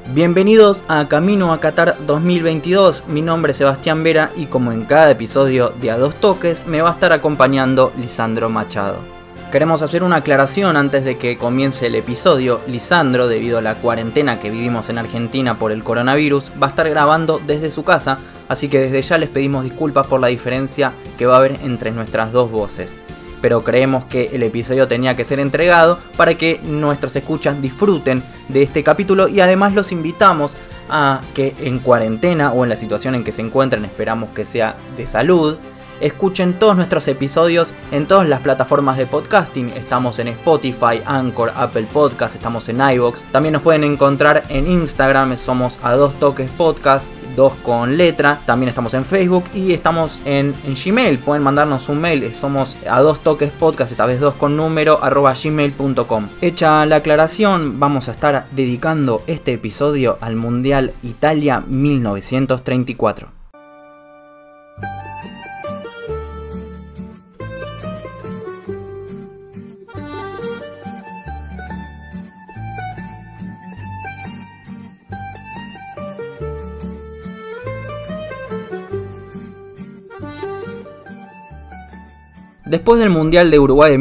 Bienvenidos a Camino a Qatar 2022, mi nombre es Sebastián Vera y como en cada episodio de A Dos Toques me va a estar acompañando Lisandro Machado. Queremos hacer una aclaración antes de que comience el episodio. Lisandro, debido a la cuarentena que vivimos en Argentina por el coronavirus, va a estar grabando desde su casa, así que desde ya les pedimos disculpas por la diferencia que va a haber entre nuestras dos voces. Pero creemos que el episodio tenía que ser entregado para que nuestros escuchas disfruten de este capítulo y además los invitamos a que en cuarentena o en la situación en que se encuentren, esperamos que sea de salud, escuchen todos nuestros episodios en todas las plataformas de podcasting. Estamos en Spotify, Anchor, Apple Podcast, estamos en iVoox. También nos pueden encontrar en Instagram, somos A Dos Toques Podcast, 2 con letra. También estamos en Facebook y estamos en Gmail. Pueden mandarnos un mail, somos A Dos Toques Podcast, esta vez 2 con número, @gmail.com. Hecha la aclaración, vamos a estar dedicando este episodio al Mundial Italia 1934. Después del Mundial de Uruguay de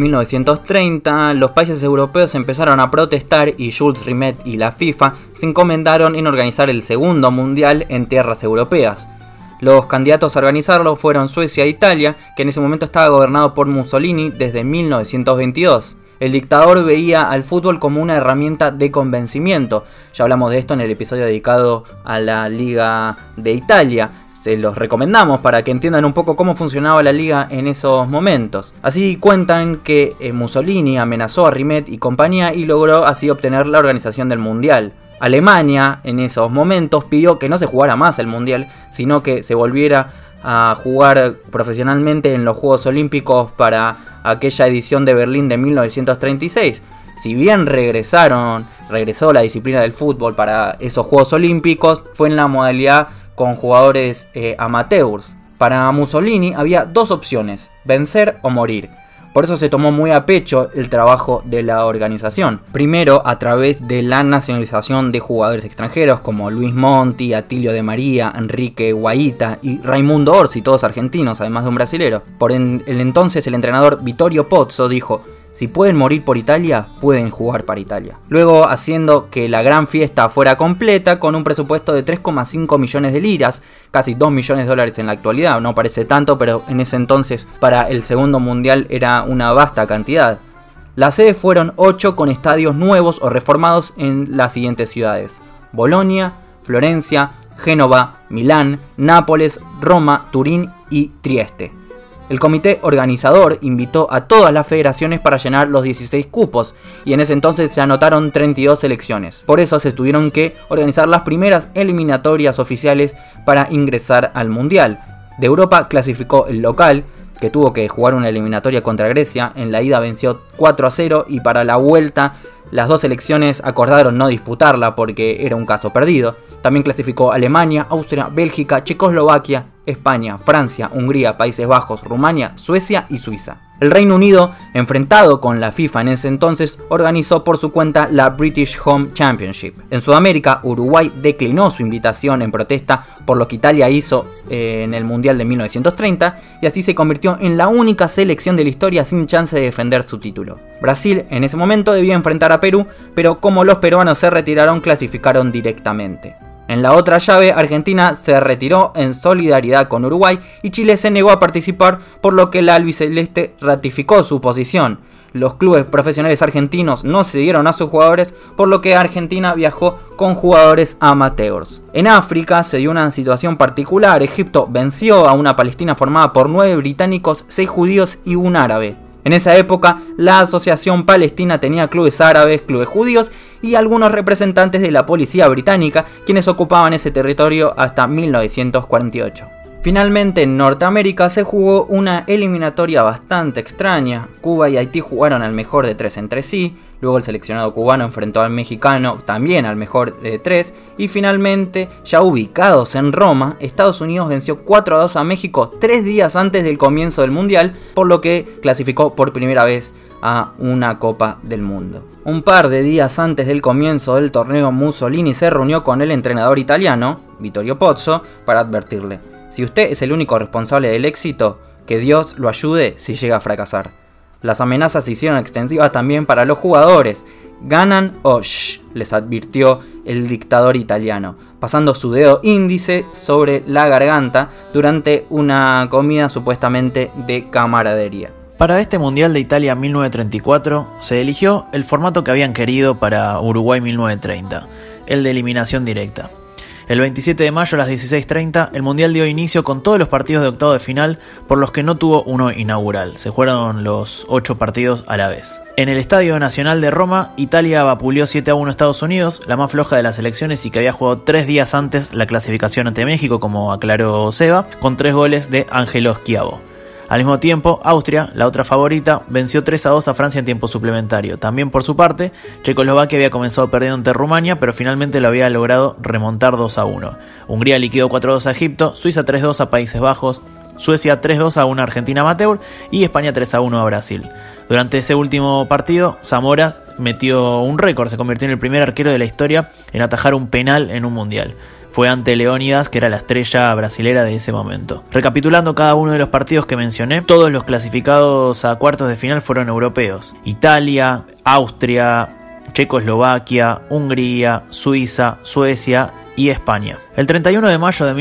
1930, los países europeos empezaron a protestar y Jules Rimet y la FIFA se encomendaron en organizar el segundo Mundial en tierras europeas. Los candidatos a organizarlo fueron Suecia e Italia, que en ese momento estaba gobernado por Mussolini desde 1922. El dictador veía al fútbol como una herramienta de convencimiento. Ya hablamos de esto en el episodio dedicado a la Liga de Italia. Se los recomendamos para que entiendan un poco cómo funcionaba la liga en esos momentos. Así cuentan que Mussolini amenazó a Rimet y compañía y logró así obtener la organización del Mundial. Alemania en esos momentos pidió que no se jugara más el Mundial, sino que se volviera a jugar profesionalmente en los Juegos Olímpicos para aquella edición de Berlín de 1936. Si bien regresó la disciplina del fútbol para esos Juegos Olímpicos, fue en la modalidad con jugadores amateurs. Para Mussolini había dos opciones, vencer o morir. Por eso se tomó muy a pecho el trabajo de la organización. Primero, a través de la nacionalización de jugadores extranjeros como Luis Monti, Atilio de María, Enrique Guaita y Raimundo Orsi, todos argentinos, además de un brasilero. Por el entonces el entrenador Vittorio Pozzo dijo: si pueden morir por Italia, pueden jugar para Italia. Luego haciendo que la gran fiesta fuera completa con un presupuesto de 3,5 millones de liras, casi 2 millones de dólares en la actualidad. No parece tanto, pero en ese entonces para el segundo mundial era una vasta cantidad. Las sedes fueron 8 con estadios nuevos o reformados en las siguientes ciudades: Bolonia, Florencia, Génova, Milán, Nápoles, Roma, Turín y Trieste. El comité organizador invitó a todas las federaciones para llenar los 16 cupos y en ese entonces se anotaron 32 selecciones. Por eso se tuvieron que organizar las primeras eliminatorias oficiales para ingresar al Mundial. De Europa clasificó el local, que tuvo que jugar una eliminatoria contra Grecia. En la ida venció 4-0 y para la vuelta las dos selecciones acordaron no disputarla porque era un caso perdido. También clasificó Alemania, Austria, Bélgica, Checoslovaquia, España, Francia, Hungría, Países Bajos, Rumania, Suecia y Suiza. El Reino Unido, enfrentado con la FIFA en ese entonces, organizó por su cuenta la British Home Championship. En Sudamérica, Uruguay declinó su invitación en protesta por lo que Italia hizo en el Mundial de 1930 y así se convirtió en la única selección de la historia sin chance de defender su título. Brasil en ese momento debía enfrentar a Perú, pero como los peruanos se retiraron, clasificaron directamente. En la otra llave, Argentina se retiró en solidaridad con Uruguay y Chile se negó a participar, por lo que la albiceleste ratificó su posición. Los clubes profesionales argentinos no cedieron a sus jugadores, por lo que Argentina viajó con jugadores amateurs. En África se dio una situación particular. Egipto venció a una Palestina formada por 9 británicos, 6 judíos y un árabe. En esa época, la Asociación Palestina tenía clubes árabes, clubes judíos y algunos representantes de la policía británica, quienes ocupaban ese territorio hasta 1948. Finalmente, en Norteamérica se jugó una eliminatoria bastante extraña. Cuba y Haití jugaron al mejor de 3 entre sí, Luego el seleccionado cubano enfrentó al mexicano, también al mejor de 3. Y finalmente, ya ubicados en Roma, Estados Unidos venció 4-2 a México 3 días antes del comienzo del Mundial, por lo que clasificó por primera vez a una Copa del Mundo. Un par de días antes del comienzo del torneo, Mussolini se reunió con el entrenador italiano, Vittorio Pozzo, para advertirle: si usted es el único responsable del éxito, que Dios lo ayude si llega a fracasar. Las amenazas se hicieron extensivas también para los jugadores. Ganan o shh, les advirtió el dictador italiano, pasando su dedo índice sobre la garganta durante una comida supuestamente de camaradería. Para este Mundial de Italia 1934 se eligió el formato que habían querido para Uruguay 1930, el de eliminación directa. El 27 de mayo a las 16:30 el Mundial dio inicio con todos los partidos de octavo de final, por los que no tuvo uno inaugural. Se jugaron los 8 partidos a la vez. En el Estadio Nacional de Roma, Italia vapuleó 7-1 a Estados Unidos, la más floja de las selecciones y que había jugado 3 días antes la clasificación ante México, como aclaró Seba, con 3 goles de Angelo Schiavo. Al mismo tiempo, Austria, la otra favorita, venció 3-2 a Francia en tiempo suplementario. También por su parte, Checoslovaquia había comenzado perdiendo ante Rumania, pero finalmente lo había logrado remontar 2-1. Hungría liquidó 4-2 a Egipto, Suiza 3-2 a Países Bajos, Suecia 3-2 a una Argentina amateur y España 3-1 a Brasil. Durante ese último partido, Zamora metió un récord, se convirtió en el primer arquero de la historia en atajar un penal en un mundial. Fue ante Leónidas, que era la estrella brasilera de ese momento. Recapitulando cada uno de los partidos que mencioné, todos los clasificados a cuartos de final fueron europeos. Italia, Austria, Checoslovaquia, Hungría, Suiza, Suecia y España. El 31 de mayo de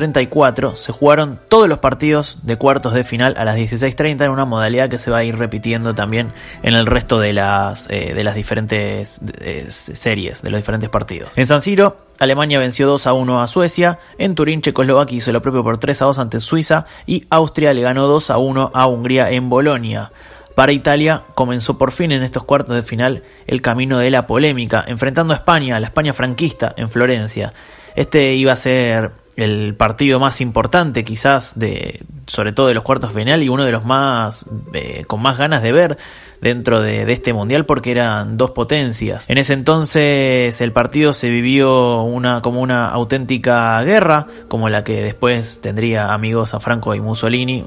1934 se jugaron todos los partidos de cuartos de final a las 16:30 en una modalidad que se va a ir repitiendo también en el resto de las diferentes series, de los diferentes partidos. En San Siro, Alemania venció 2-1 a Suecia, en Turín Checoslovaquia hizo lo propio por 3-2 ante Suiza y Austria le ganó 2-1 a Hungría en Bolonia. Para Italia comenzó por fin en estos cuartos de final el camino de la polémica, enfrentando a España, la España franquista, en Florencia. Este iba a ser el partido más importante quizás, sobre todo de los cuartos de final, y uno de los más con más ganas de ver dentro de este mundial, porque eran dos potencias. En ese entonces el partido se vivió como una auténtica guerra, como la que después tendría amigos a Franco y Mussolini,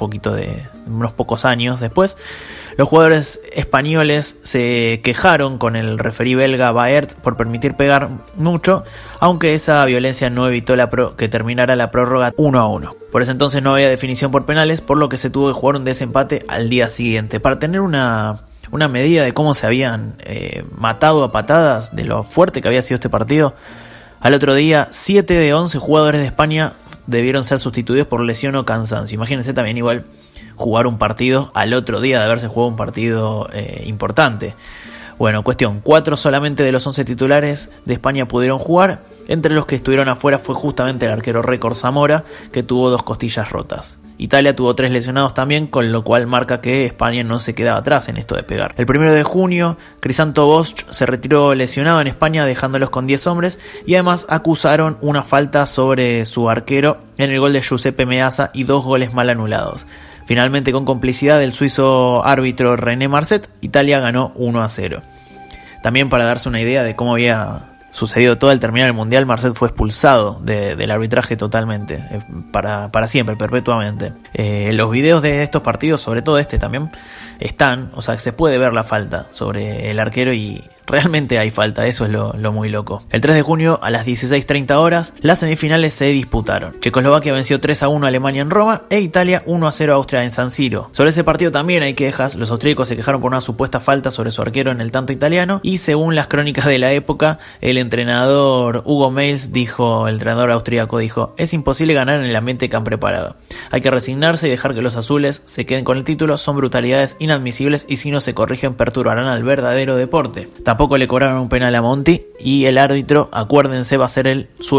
unos pocos años después. Los jugadores españoles se quejaron con el referí belga Baert por permitir pegar mucho, aunque esa violencia no evitó que terminara la prórroga 1-1. Por ese entonces no había definición por penales, por lo que se tuvo que jugar un desempate al día siguiente. Para tener una medida de cómo se habían matado a patadas, de lo fuerte que había sido este partido, al otro día 7 de 11 jugadores de España debieron ser sustituidos por lesión o cansancio. Imagínense también igual jugar un partido al otro día de haberse jugado un partido importante. Bueno, cuestión, 4 solamente de los 11 titulares de España pudieron jugar. Entre los que estuvieron afuera fue justamente el arquero récord Zamora, que tuvo 2 costillas rotas. Italia tuvo 3 lesionados también, con lo cual marca que España no se quedaba atrás en esto de pegar. El 1 de junio, Crisanto Bosch se retiró lesionado en España, dejándolos con 10 hombres, y además acusaron una falta sobre su arquero en el gol de Giuseppe Meazza y 2 goles mal anulados. Finalmente, con complicidad del suizo árbitro René Marcet, Italia ganó 1-0. También, para darse una idea de cómo había sucedido todo al terminar el Mundial, Marcet fue expulsado del arbitraje totalmente, para siempre, perpetuamente. Los videos de estos partidos, sobre todo este también, están, o sea, se puede ver la falta sobre el arquero y realmente hay falta, eso es lo muy loco. El 3 de junio a las 16:30 horas, las semifinales se disputaron. Checoslovaquia venció 3-1 a Alemania en Roma e Italia 1-0 a Austria en San Siro. Sobre ese partido también hay quejas, los austríacos se quejaron por una supuesta falta sobre su arquero en el tanto italiano, y según las crónicas de la época, el entrenador Hugo Meils el entrenador austríaco dijo: es imposible ganar en el ambiente que han preparado. Hay que resignarse y dejar que los azules se queden con el título, son brutalidades inadmisibles y si no se corrigen perturbarán al verdadero deporte. Tampoco le cobraron un penal a Monti y el árbitro, acuérdense, va a ser el sueco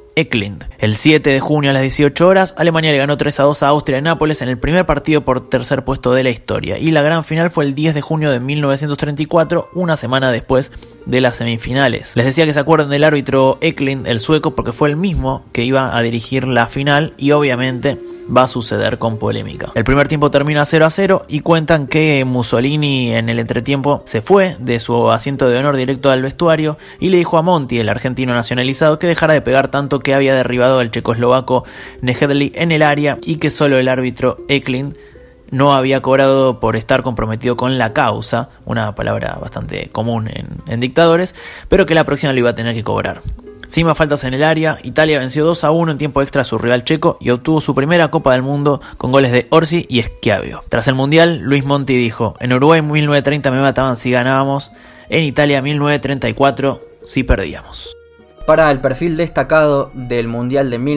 Eklund. El 7 de junio a las 18 horas, Alemania le ganó 3-2 a Austria en Nápoles en el primer partido por tercer puesto de la historia, y la gran final fue el 10 de junio de 1934, una semana después de las semifinales. Les decía que se acuerden del árbitro Eklund, el sueco, porque fue el mismo que iba a dirigir la final y obviamente va a suceder con polémica. El primer tiempo termina 0-0 y cuentan que Mussolini en el entretiempo se fue de su asiento de honor directo al vestuario y le dijo a Monti, el argentino nacionalizado, que dejara de pegar tanto, que había derribado al checoslovaco Nejedly en el área y que solo el árbitro Eklund no había cobrado por estar comprometido con la causa, una palabra bastante común en dictadores, pero que la próxima lo iba a tener que cobrar. Sin más faltas en el área, Italia venció 2-1 en tiempo extra a su rival checo y obtuvo su primera Copa del Mundo con goles de Orsi y Schiavio. Tras el Mundial, Luis Monti dijo: en Uruguay 1930 me mataban si ganábamos, en Italia 1934 si perdíamos. Para el perfil destacado del Mundial de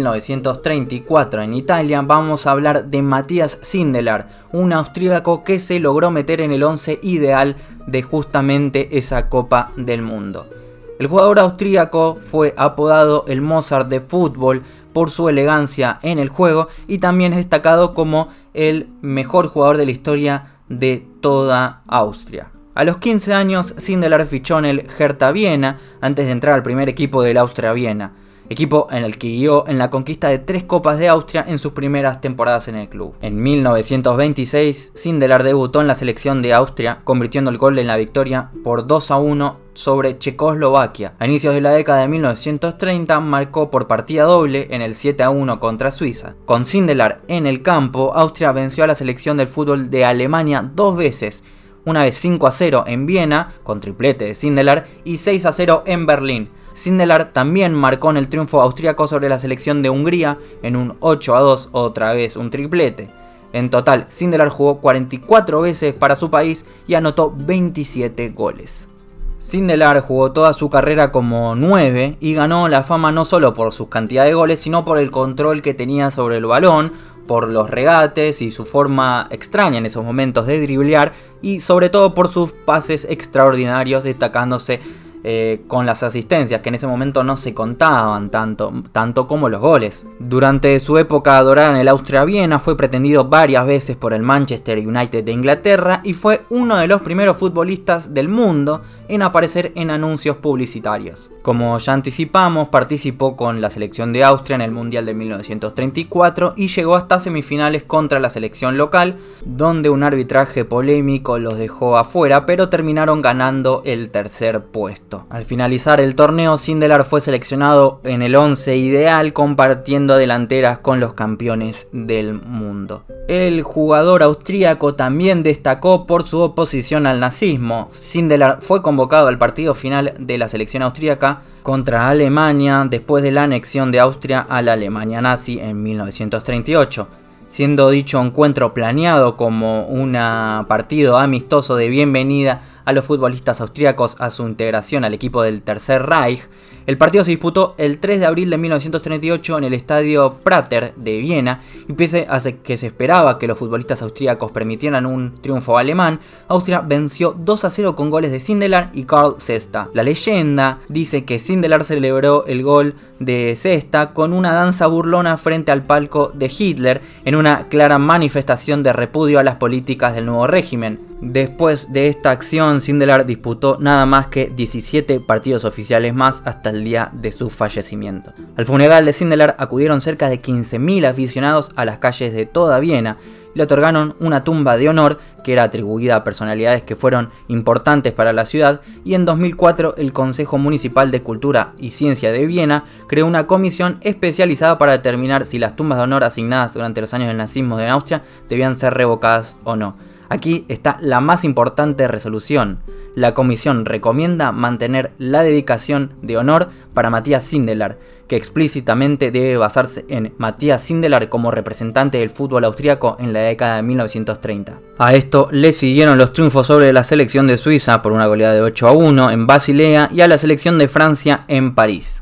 1934 en Italia, vamos a hablar de Matías Sindelar, un austríaco que se logró meter en el 11 ideal de justamente esa Copa del Mundo. El jugador austríaco fue apodado el Mozart de fútbol por su elegancia en el juego y también es destacado como el mejor jugador de la historia de toda Austria. A los 15 años, Sindelar fichó en el Hertha Viena antes de entrar al primer equipo del Austria Viena, equipo en el que guió en la conquista de 3 Copas de Austria en sus primeras temporadas en el club. En 1926, Sindelar debutó en la selección de Austria, convirtiendo el gol en la victoria por 2-1 sobre Checoslovaquia. A inicios de la década de 1930 marcó por partida doble en el 7-1 contra Suiza. Con Sindelar en el campo, Austria venció a la selección del fútbol de Alemania 2 veces, una vez 5-0 en Viena, con triplete de Sindelar, y 6-0 en Berlín. Sindelar también marcó en el triunfo austríaco sobre la selección de Hungría en un 8-2, otra vez un triplete. En total, Sindelar jugó 44 veces para su país y anotó 27 goles. Sindelar jugó toda su carrera como 9 y ganó la fama no solo por su cantidad de goles, sino por el control que tenía sobre el balón, por los regates y su forma extraña en esos momentos de driblear, y sobre todo por sus pases extraordinarios, destacándose con las asistencias, que en ese momento no se contaban tanto como los goles. Durante su época dorada en el Austria Viena fue pretendido varias veces por el Manchester United de Inglaterra y fue uno de los primeros futbolistas del mundo en aparecer en anuncios publicitarios. Como ya anticipamos, participó con la selección de Austria en el Mundial de 1934 y llegó hasta semifinales contra la selección local, donde un arbitraje polémico los dejó afuera, pero terminaron ganando el tercer puesto. Al finalizar el torneo, Sindelar fue seleccionado en el 11 ideal, compartiendo delanteras con los campeones del mundo. El jugador austríaco también destacó por su oposición al nazismo. Sindelar fue convocado al partido final de la selección austríaca contra Alemania después de la anexión de Austria a la Alemania nazi en 1938. Siendo dicho encuentro planeado como un partido amistoso de bienvenida a los futbolistas austríacos a su integración al equipo del Tercer Reich, el partido se disputó el 3 de abril de 1938 en el estadio Prater de Viena, y pese a que se esperaba que los futbolistas austríacos permitieran un triunfo alemán, Austria venció 2-0 con goles de Sindelar y Karl Sesta. La leyenda dice que Sindelar celebró el gol de Sesta con una danza burlona frente al palco de Hitler, en una clara manifestación de repudio a las políticas del nuevo régimen. Después de esta acción, Sindelar disputó nada más que 17 partidos oficiales más hasta el día de su fallecimiento. Al funeral de Sindelar acudieron cerca de 15.000 aficionados a las calles de toda Viena y le otorgaron una tumba de honor que era atribuida a personalidades que fueron importantes para la ciudad, y en 2004 el Consejo Municipal de Cultura y Ciencia de Viena creó una comisión especializada para determinar si las tumbas de honor asignadas durante los años del nazismo en Austria debían ser revocadas o no. Aquí está la más importante resolución. La comisión recomienda mantener la dedicación de honor para Matías Sindelar, que explícitamente debe basarse en Matías Sindelar como representante del fútbol austríaco en la década de 1930. A esto le siguieron los triunfos sobre la selección de Suiza por una goleada de 8-1 en Basilea y a la selección de Francia en París.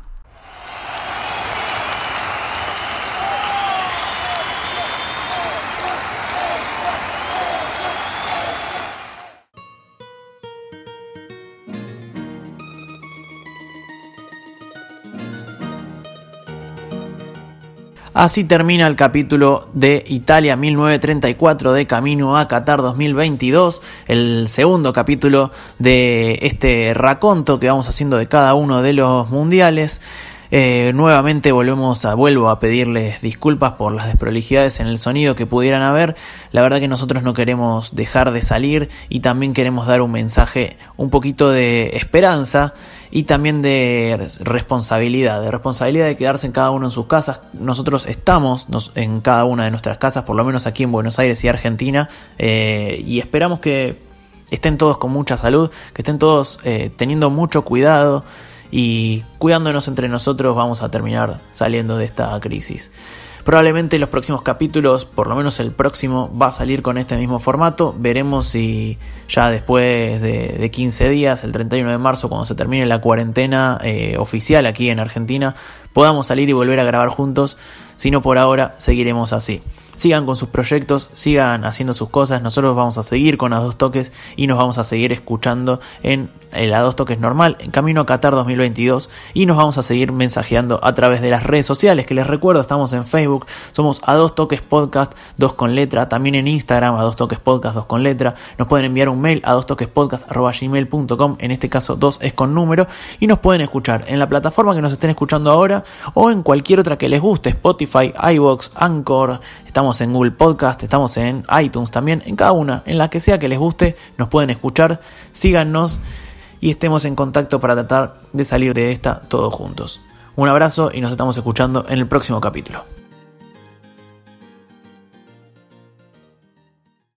Así termina el capítulo de Italia 1934 de Camino a Qatar 2022, el segundo capítulo de este raconto que vamos haciendo de cada uno de los mundiales. Nuevamente vuelvo a pedirles disculpas por las desprolijidades en el sonido que pudieran haber. La verdad que nosotros no queremos dejar de salir y también queremos dar un mensaje un poquito de esperanza y también de responsabilidad de quedarse en cada uno en sus casas. Nosotros estamos en cada una de nuestras casas, por lo menos aquí en Buenos Aires y Argentina, y esperamos que estén todos con mucha salud, que estén todos teniendo mucho cuidado. Y cuidándonos entre nosotros vamos a terminar saliendo de esta crisis. Probablemente los próximos capítulos, por lo menos el próximo, va a salir con este mismo formato. Veremos si ya después de 15 días, el 31 de marzo, cuando se termine la cuarentena oficial aquí en Argentina, podamos salir y volver a grabar juntos. Si no, por ahora seguiremos así. Sigan con sus proyectos, sigan haciendo sus cosas. Nosotros vamos a seguir con A Dos Toques y nos vamos a seguir escuchando en el A Dos Toques normal, en Camino a Qatar 2022, y nos vamos a seguir mensajeando a través de las redes sociales, que les recuerdo, estamos en Facebook, somos A Dos Toques Podcast 2 con letra, también en Instagram A Dos Toques Podcast 2 con letra. Nos pueden enviar un mail a dostoquespodcast@gmail.com, en este caso 2 es con número, y nos pueden escuchar en la plataforma que nos estén escuchando ahora o en cualquier otra que les guste, Spotify, iVoox, Anchor. Estamos en Google Podcast, estamos en iTunes también, en cada una, en la que sea que les guste, nos pueden escuchar, síganos y estemos en contacto para tratar de salir de esta todos juntos. Un abrazo y nos estamos escuchando en el próximo capítulo.